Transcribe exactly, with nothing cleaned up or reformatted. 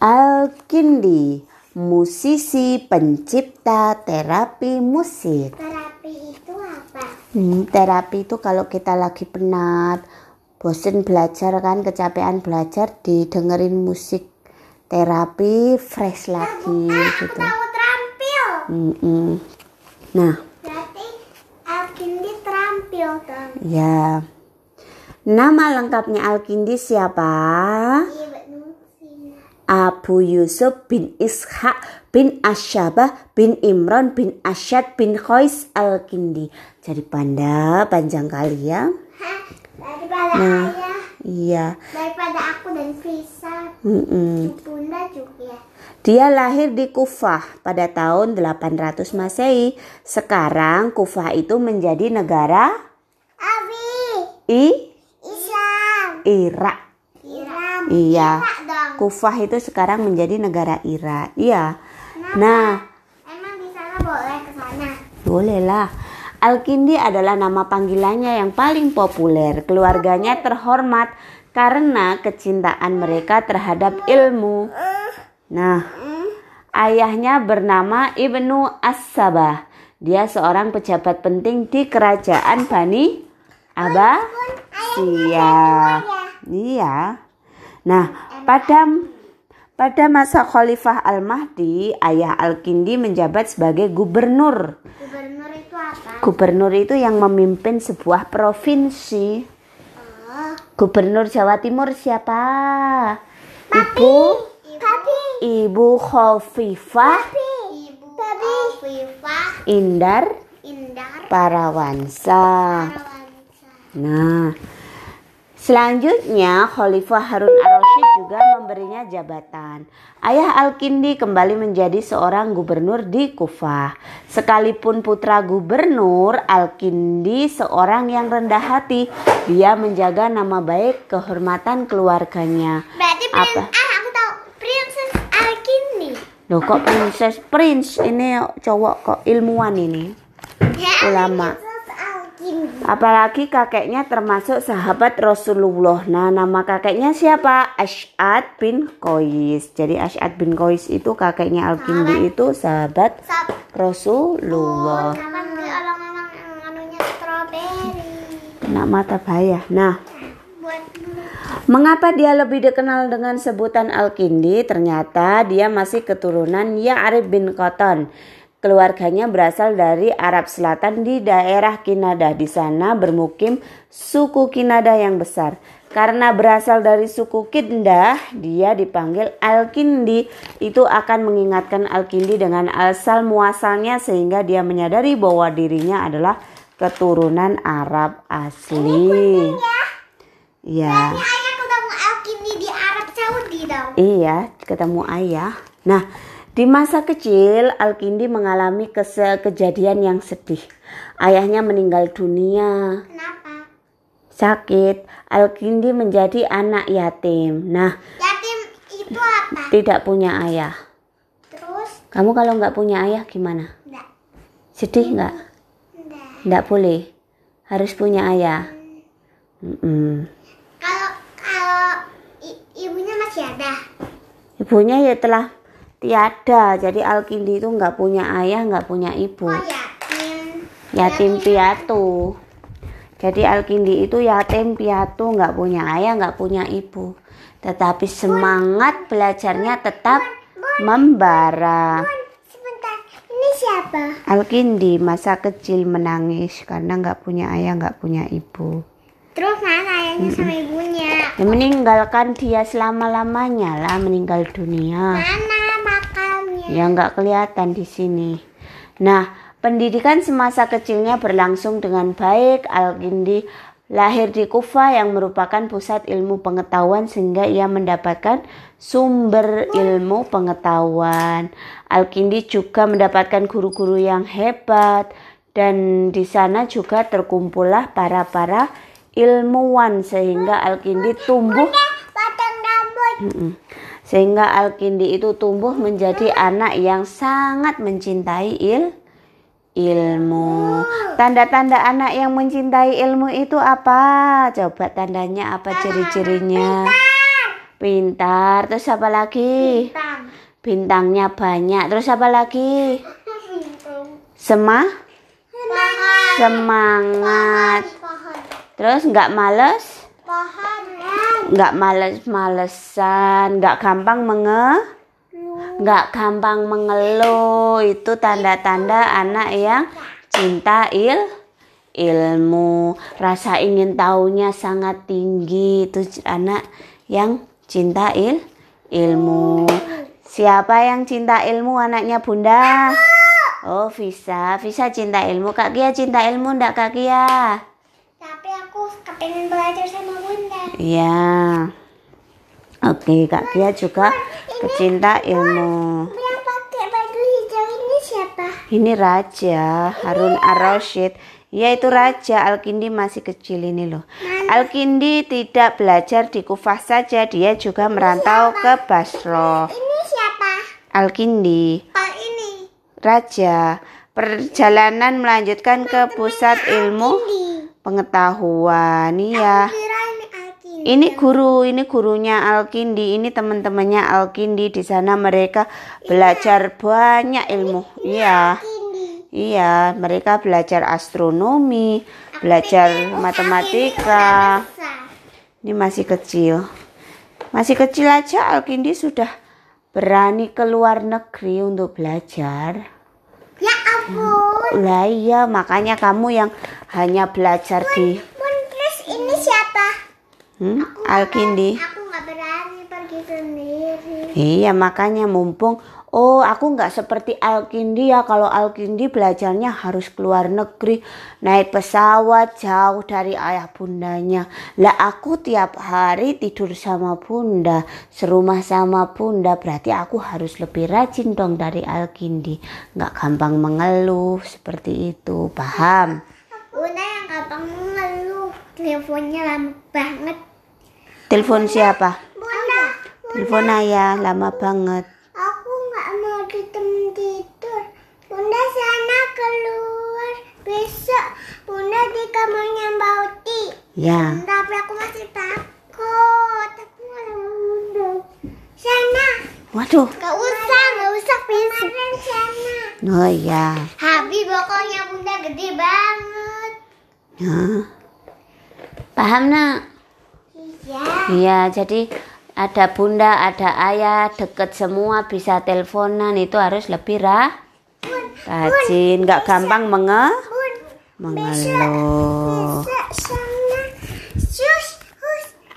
Al-Kindi, musisi pencipta terapi musik. Terapi itu apa? Hmm, terapi itu kalau kita lagi penat, bosen belajar kan, kecapean belajar, didengerin musik terapi, fresh lagi Ah, gitu. aku tahu terampil. Mm-mm. Nah, Berarti Al-Kindi terampil dong. ya. Nama lengkapnya Al-Kindi siapa? Ibnu Sina. Abu Yusuf bin Ishaq bin Asyabah bin Imran bin Asyad bin Qais Al-Kindi. Jadi panda panjang kali ya. Hah? Daripada Nah. ayah, Iya. daripada aku dan Frisa, Mm-mm. Bunda juga. Dia lahir di Kufah pada tahun delapan ratus Masehi. Sekarang Kufah itu menjadi negara Abi, I Islam, Irak. Iram, Iya. Irak dong. Kufah itu sekarang menjadi negara Irak. Iya. Kenapa? Nah, Emang di sana boleh ke sana? bolehlah. Al-Kindi adalah nama panggilannya yang paling populer. Keluarganya terhormat karena kecintaan mereka terhadap ilmu. Nah, ayahnya bernama Ibnu As-Sabah. Dia seorang pejabat penting di kerajaan Bani Abbasiyah. Iya. Nah, pada pada masa Khalifah Al-Mahdi, ayah Al-Kindi menjabat sebagai gubernur. Gubernur itu apa? Gubernur itu yang memimpin sebuah provinsi. Oh, Gubernur Jawa Timur siapa? Ibu Papi, Ibu Khofifah Ibu Afifah Indar Indar Parawansa. Parawansa. Nah, selanjutnya Khalifah Harun Ar-Rasyid juga memberinya jabatan. Ayah Al-Kindi kembali menjadi seorang gubernur di Kufah. Sekalipun putra gubernur, Al-Kindi seorang yang rendah hati. Dia menjaga nama baik kehormatan keluarganya. Berarti Apa? prin- ah aku tahu Princess Al-Kindi. Loh kok princess prince ini cowok kok ilmuwan ini. Ya, Ulama. Princess Al-Kindi. Apalagi kakeknya termasuk sahabat Rasulullah. Nah, nama kakeknya siapa? Asy'ad bin Qais. Jadi Asy'ad bin Qais itu kakeknya Al-Kindi itu sahabat Sab Rasulullah. Kapan ke orang-orang yang anunya strawberry. Kena mata bahaya. Nah, Buat mengapa dia lebih dikenal dengan sebutan Al-Kindi? Ternyata dia masih keturunan Ya'rib bin Qatan. Keluarganya berasal dari Arab Selatan di daerah Kinadah. Di sana bermukim suku Kinadah yang besar. Karena berasal dari suku Kindah, dia dipanggil Al-Kindi. Itu akan mengingatkan Al-Kindi dengan asal muasalnya sehingga dia menyadari bahwa dirinya adalah keturunan Arab asli. Ya. Berarti ayah ketemu Al-Kindi di Arab Saudi dong. Iya, ketemu ayah. Nah, di masa kecil Al-Kindi mengalami kese- kejadian yang sedih. Ayahnya meninggal dunia, Kenapa? sakit. Al-Kindi menjadi anak yatim. Nah, Yatim itu apa? tidak punya ayah. Terus? Kamu kalau nggak punya ayah gimana? Enggak. Sedih nggak? Enggak. Nggak boleh. Harus punya ayah. Mm-mm. Kalau kalau i- ibunya masih ada. Ibunya ya telah tiada. Jadi Al-Kindi itu nggak punya ayah, nggak punya ibu. Oh, yatim. Yatim piatu. Jadi Al-Kindi itu yatim piatu, nggak punya ayah, nggak punya ibu. Tetapi semangat belajarnya tetap membara. Bun, sebentar. Ini siapa? Al-Kindi masa kecil menangis karena nggak punya ayah, nggak punya ibu. Terus mana ayahnya sama ibunya? Ya, meninggalkan dia selama-lamanya lah, meninggal dunia. Mana makamnya? Ya nggak kelihatan di sini. Nah, pendidikan semasa kecilnya berlangsung dengan baik. Al-Kindi lahir di Kufah yang merupakan pusat ilmu pengetahuan sehingga ia mendapatkan sumber ilmu pengetahuan. Al-Kindi juga mendapatkan guru-guru yang hebat dan di sana juga terkumpullah para-para ilmuwan sehingga Al-Kindi tumbuh Potong rambut. Mm-mm. Sehingga Al-Kindi itu tumbuh menjadi anak yang sangat mencintai il ilmu. Tanda-tanda anak yang mencintai ilmu itu apa? Coba tandanya apa, ciri-cirinya? Pintar. Terus apa lagi? Bintang. Bintangnya banyak. Terus apa lagi? Bintang. Sema? Pohon. Semangat. Pohon. Terus nggak males? Pohon. Nggak males-malesan. Nggak gampang menge? Nggak gampang mengeluh. Itu tanda-tanda anak yang cinta il ilmu. Rasa ingin tahunya sangat tinggi. Itu anak yang cinta il ilmu. Siapa yang cinta ilmu? Anaknya Bunda. Oh, Visa. Visa cinta ilmu. Kak Kia cinta ilmu enggak, Kak Kia? Tapi aku kepengen belajar sama Bunda. Iya. Oke, Kak Kia juga pecinta ilmu. Yang pakai baju hijau ini siapa? Ini Raja Harun Ar-Rasyid. Ya, itu Raja. Al-Kindi masih kecil ini loh. Al-Kindi tidak belajar di Kufah saja, dia juga merantau ke Basra. Ini siapa? Al-Kindi. Oh, ini. Raja. Perjalanan melanjutkan ke pusat ilmu pengetahuan. Iya. Kira ini Alkin. Ini guru, ini gurunya Al-Kindi, ini teman-temannya Al-Kindi. Di sana mereka belajar banyak ilmu. Iya. Iya, mereka belajar astronomi, belajar matematika. Ini masih kecil. Masih kecil aja Al-Kindi sudah berani keluar negeri untuk belajar. Ya ampun. Lah iya, makanya kamu yang hanya belajar di Bun, terus ini siapa? hmm? Al-Kindi. Aku nggak berani pergi sendiri. Iya, makanya mumpung oh, aku nggak seperti Al-Kindi ya. Kalau Al-Kindi belajarnya harus keluar negeri, naik pesawat jauh dari ayah bundanya. Lah aku tiap hari tidur sama bunda, serumah sama bunda. Berarti aku harus lebih rajin dong dari Al-Kindi. Nggak gampang mengeluh seperti itu, paham? Bunda yang gampang mengeluh. Teleponnya lama banget. Telepon siapa? Bunda. Telepon ayah lama banget. Aku nggak mau di temen tidur. Bunda sana keluar. Besok Bunda di kamarnya Mbak Uti. Ya. Tapi aku masih takut. Aku nggak mau Bunda. Sana. Waduh. Gak usah, gak usah besok. Sana. Oh ya. Habis pokoknya Bunda gede banget. Nah. Paham nak? Iya. Iya, jadi ada bunda, ada ayah, deket semua, bisa teleponan. Itu harus lebih rah, rajin, nggak gampang menge Bun, mengeluh. besok